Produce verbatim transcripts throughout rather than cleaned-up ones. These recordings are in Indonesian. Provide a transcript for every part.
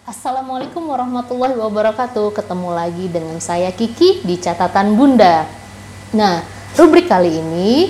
Assalamualaikum warahmatullahi wabarakatuh. Ketemu lagi dengan saya Kiki di Catatan Bunda. Nah, rubrik kali ini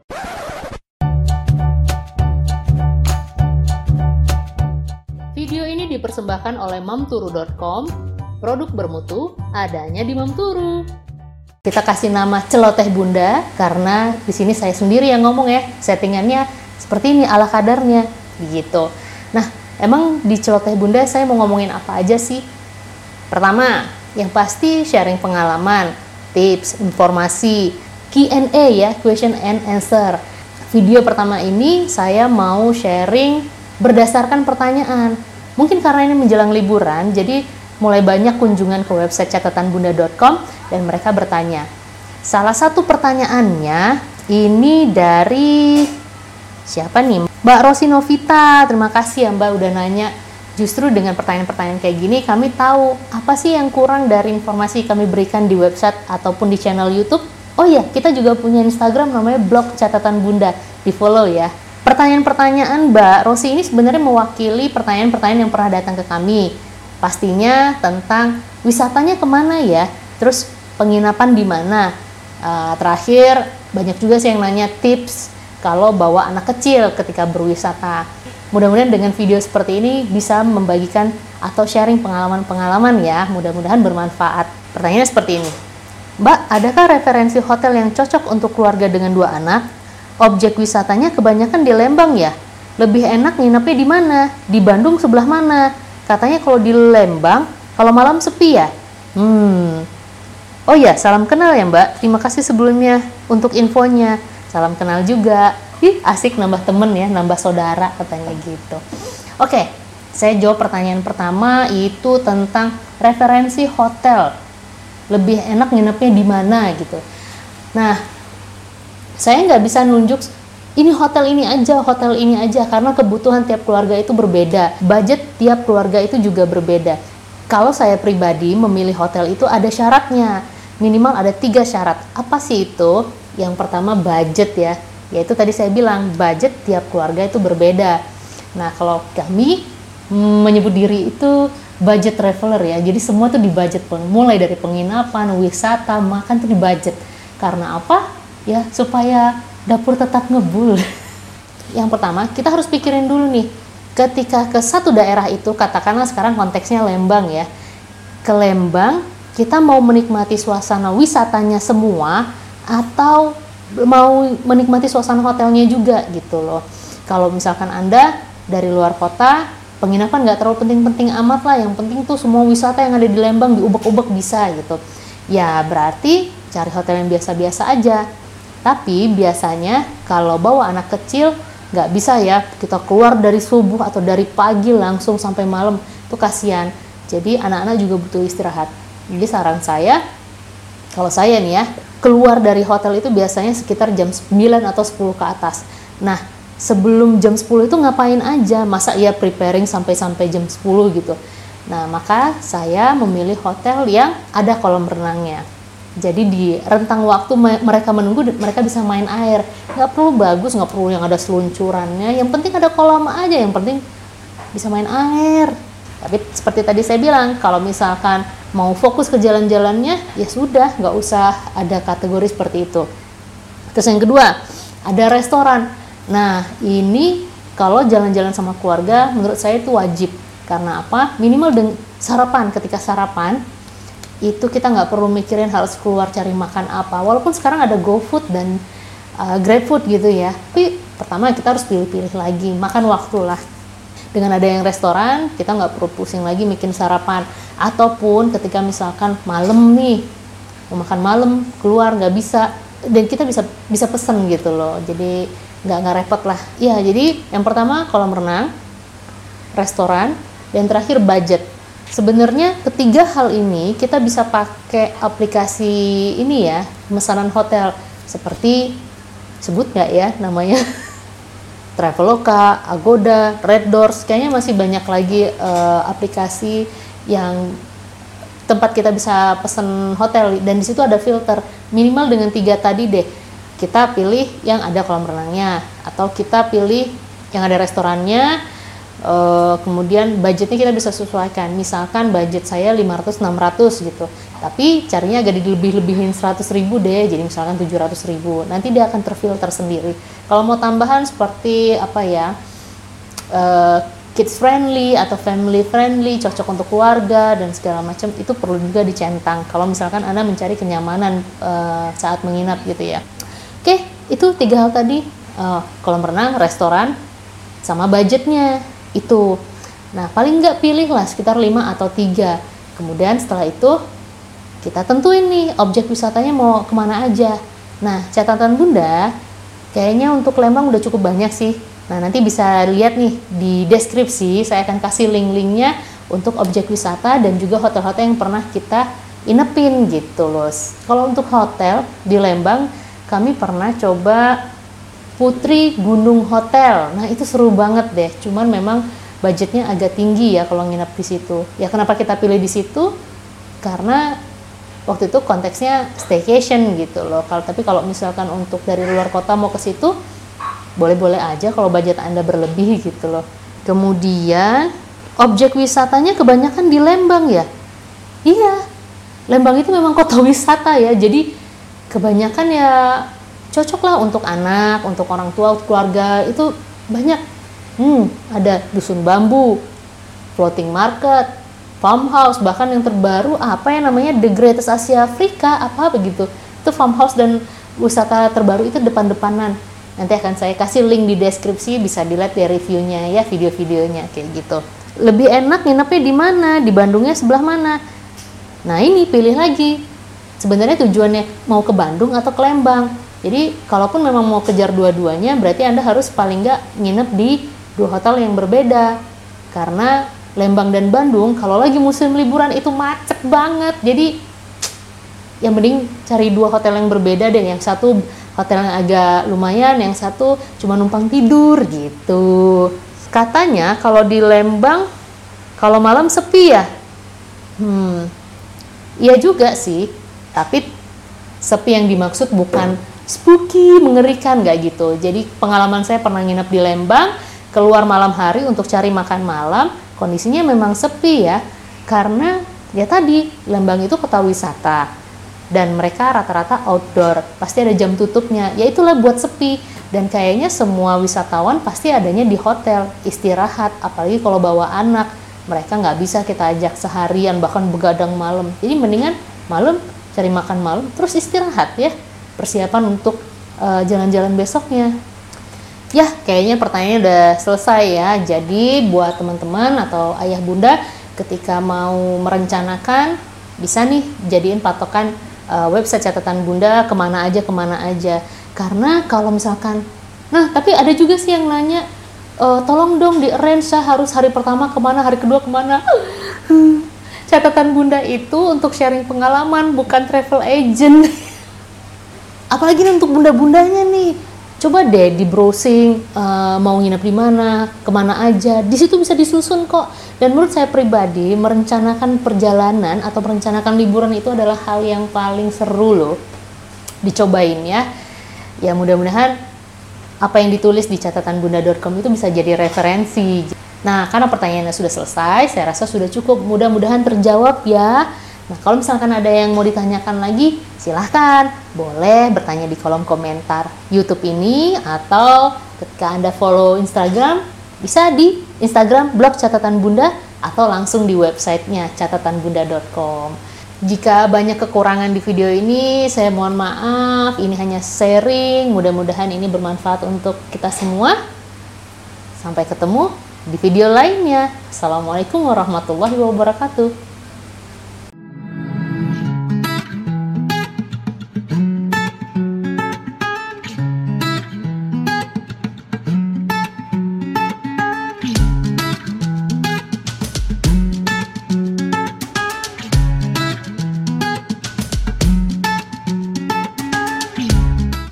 video ini dipersembahkan oleh mamturu dot com. Produk bermutu adanya di Mamturu. Kita kasih nama Celoteh Bunda karena di sini saya sendiri yang ngomong ya. Settingannya seperti ini ala kadarnya gitu. Nah, emang di Celoteh Bunda saya mau ngomongin apa aja sih? Pertama, yang pasti sharing pengalaman, tips, informasi, Q and A ya, question and answer. Video pertama ini saya mau sharing berdasarkan pertanyaan. Mungkin karena ini menjelang liburan, jadi mulai banyak kunjungan ke website catatan bunda dot com dan mereka bertanya. Salah satu pertanyaannya ini dari siapa nih? Mbak Rosi Novita, terima kasih ya Mbak udah nanya. Justru dengan pertanyaan-pertanyaan kayak gini, kami tahu apa sih yang kurang dari informasi kami berikan di website ataupun di channel YouTube. Oh iya, kita juga punya Instagram namanya Blog Catatan Bunda, di follow ya. Pertanyaan-pertanyaan Mbak Rosi ini sebenarnya mewakili pertanyaan-pertanyaan yang pernah datang ke kami. Pastinya tentang wisatanya kemana ya, terus penginapan di mana. Uh, terakhir, banyak juga sih yang nanya tips kalau bawa anak kecil ketika berwisata. Mudah-mudahan dengan video seperti ini bisa membagikan atau sharing pengalaman-pengalaman ya. Mudah-mudahan bermanfaat. Pertanyaannya seperti ini. Mbak, adakah referensi hotel yang cocok untuk keluarga dengan dua anak? Objek wisatanya kebanyakan di Lembang ya? Lebih enak nginepnya di mana? Di Bandung sebelah mana? Katanya kalau di Lembang, kalau malam sepi ya? Hmm. Oh ya, salam kenal ya Mbak. Terima kasih sebelumnya untuk infonya. Salam kenal juga. Ih, asik nambah temen ya, nambah saudara katanya gitu. Oke, saya jawab pertanyaan pertama itu tentang referensi hotel. Lebih enak nginepnya di mana gitu. Nah, saya nggak bisa nunjuk ini hotel ini aja, hotel ini aja karena kebutuhan tiap keluarga itu berbeda. Budget tiap keluarga itu juga berbeda. Kalau saya pribadi memilih hotel itu ada syaratnya. Minimal ada tiga syarat. Apa sih itu? Yang pertama budget ya, yaitu tadi saya bilang budget tiap keluarga itu berbeda. Nah kalau kami menyebut diri itu budget traveler ya, jadi semua tuh di budget, mulai dari penginapan, wisata, makan tuh di budget. Karena apa? Ya supaya dapur tetap ngebul. Yang pertama kita harus pikirin dulu nih, ketika ke satu daerah itu, katakanlah sekarang konteksnya Lembang ya, ke Lembang kita mau menikmati suasana wisatanya semua atau mau menikmati suasana hotelnya juga gitu loh. Kalau misalkan Anda dari luar kota, penginapan nggak terlalu penting-penting amat lah, yang penting tuh semua wisata yang ada di Lembang diubek-ubek bisa gitu. Ya berarti cari hotel yang biasa-biasa aja. Tapi biasanya kalau bawa anak kecil nggak bisa ya, kita keluar dari subuh atau dari pagi langsung sampai malam, itu kasihan. Jadi anak-anak juga butuh istirahat. Jadi saran saya, kalau saya nih ya, keluar dari hotel itu biasanya sekitar jam sembilan atau sepuluh ke atas. Nah, sebelum jam sepuluh itu ngapain aja? Masa ya preparing sampai-sampai jam sepuluh gitu. Nah, maka saya memilih hotel yang ada kolam renangnya. Jadi di rentang waktu mereka menunggu, mereka bisa main air. Nggak perlu bagus, nggak perlu yang ada seluncurannya. Yang penting ada kolam aja, yang penting bisa main air. Tapi seperti tadi saya bilang, kalau misalkan mau fokus ke jalan-jalannya, ya sudah, nggak usah ada kategori seperti itu. Terus yang kedua, ada restoran. Nah, ini kalau jalan-jalan sama keluarga, menurut saya itu wajib. Karena apa? Minimal dengan sarapan. Ketika sarapan, itu kita nggak perlu mikirin harus keluar cari makan apa. Walaupun sekarang ada GoFood dan uh, GrabFood gitu ya. Tapi pertama kita harus pilih-pilih lagi, makan waktu lah. Dengan ada yang restoran, kita nggak perlu pusing lagi bikin sarapan. Ataupun ketika misalkan malam nih, mau makan malam, keluar nggak bisa, dan kita bisa bisa pesen gitu loh. Jadi nggak nggak repot lah. Ya, jadi yang pertama kolam renang, restoran, dan terakhir budget. Sebenarnya ketiga hal ini kita bisa pakai aplikasi ini ya, pemesanan hotel. Seperti, sebut nggak ya namanya? Traveloka, Agoda, Red Doors, kayaknya masih banyak lagi uh, aplikasi yang tempat kita bisa pesen hotel, dan di situ ada filter minimal dengan tiga tadi deh. Kita pilih yang ada kolam renangnya, atau kita pilih yang ada restorannya, Uh, kemudian budgetnya kita bisa sesuaikan, misalkan budget saya lima ratus enam ratus gitu, tapi carinya agak dilebih-lebihin seratus ribu deh, jadi misalkan tujuh ratus ribu, nanti dia akan terfilter sendiri. Kalau mau tambahan seperti apa ya, uh, kids friendly atau family friendly, cocok untuk keluarga dan segala macam, itu perlu juga dicentang kalau misalkan Anda mencari kenyamanan uh, saat menginap gitu ya. Oke, itu tiga hal tadi, uh, kolam renang, restoran, sama budgetnya itu. Nah, paling nggak pilih lah sekitar lima atau tiga. Kemudian setelah itu kita tentuin nih objek wisatanya mau kemana aja. Nah, catatan Bunda kayaknya untuk Lembang udah cukup banyak sih. Nah, nanti bisa lihat nih di deskripsi, saya akan kasih link-linknya untuk objek wisata dan juga hotel-hotel yang pernah kita inepin gitu loh. Kalau untuk hotel di Lembang, kami pernah coba Putri Gunung Hotel. Nah, itu seru banget deh. Cuman memang budgetnya agak tinggi ya kalau nginep di situ. Ya kenapa kita pilih di situ? Karena waktu itu konteksnya staycation gitu loh. Kalau tapi kalau misalkan untuk dari luar kota mau ke situ, boleh-boleh aja kalau budget Anda berlebih gitu loh. Kemudian objek wisatanya kebanyakan di Lembang ya. Iya. Lembang itu memang kota wisata ya. Jadi kebanyakan ya cocok lah untuk anak, untuk orang tua, untuk keluarga, itu banyak. Hmm, ada dusun bambu, floating market, farmhouse, bahkan yang terbaru apa yang namanya The Greatest Asia Afrika, apa begitu. Itu farmhouse dan wisata terbaru itu depan-depanan. Nanti akan saya kasih link di deskripsi, bisa dilihat ya reviewnya ya, video-videonya kayak gitu. Lebih enak nginepnya di mana? Di Bandungnya sebelah mana? Nah, ini pilih lagi. Sebenarnya tujuannya mau ke Bandung atau ke Lembang. Jadi, kalaupun memang mau kejar dua-duanya, berarti Anda harus paling nggak nginep di dua hotel yang berbeda. Karena Lembang dan Bandung, kalau lagi musim liburan itu macet banget. Jadi, yang mending cari dua hotel yang berbeda deh. Yang satu hotel yang agak lumayan, yang satu cuma numpang tidur gitu. Katanya kalau di Lembang, kalau malam sepi ya. Hmm, iya juga sih. Tapi sepi yang dimaksud bukan spooky, mengerikan, nggak gitu. Jadi pengalaman saya pernah nginep di Lembang, keluar malam hari untuk cari makan malam, kondisinya memang sepi ya, karena ya tadi Lembang itu kota wisata dan mereka rata-rata outdoor, pasti ada jam tutupnya, ya itulah buat sepi. Dan kayaknya semua wisatawan pasti adanya di hotel, istirahat, apalagi kalau bawa anak, mereka nggak bisa kita ajak seharian, bahkan begadang malam. Jadi mendingan malam cari makan malam, terus istirahat ya, persiapan untuk uh, jalan-jalan besoknya. Ya, kayaknya pertanyaannya udah selesai ya. Jadi buat teman-teman atau ayah bunda ketika mau merencanakan, bisa nih jadiin patokan uh, website catatan Bunda kemana aja, kemana aja. Karena kalau misalkan, nah tapi ada juga sih yang nanya, e, tolong dong di arrange harus hari pertama kemana, hari kedua kemana. Catatan Bunda itu untuk sharing pengalaman, bukan travel agent. Apalagi untuk bunda-bundanya nih, coba deh di browsing uh, mau nginep di mana, kemana aja, di situ bisa disusun kok. Dan menurut saya pribadi, merencanakan perjalanan atau merencanakan liburan itu adalah hal yang paling seru loh, dicobain ya. Ya mudah-mudahan apa yang ditulis di catatan bunda dot com itu bisa jadi referensi. Nah, karena pertanyaannya sudah selesai, saya rasa sudah cukup, mudah-mudahan terjawab ya. Nah, kalau misalkan ada yang mau ditanyakan lagi, silahkan, boleh bertanya di kolom komentar YouTube ini, atau ketika Anda follow Instagram, bisa di Instagram blog catatan Bunda, atau langsung di websitenya catatan bunda dot com. Jika banyak kekurangan di video ini, saya mohon maaf, ini hanya sharing, mudah-mudahan ini bermanfaat untuk kita semua. Sampai ketemu di video lainnya. Assalamualaikum warahmatullahi wabarakatuh.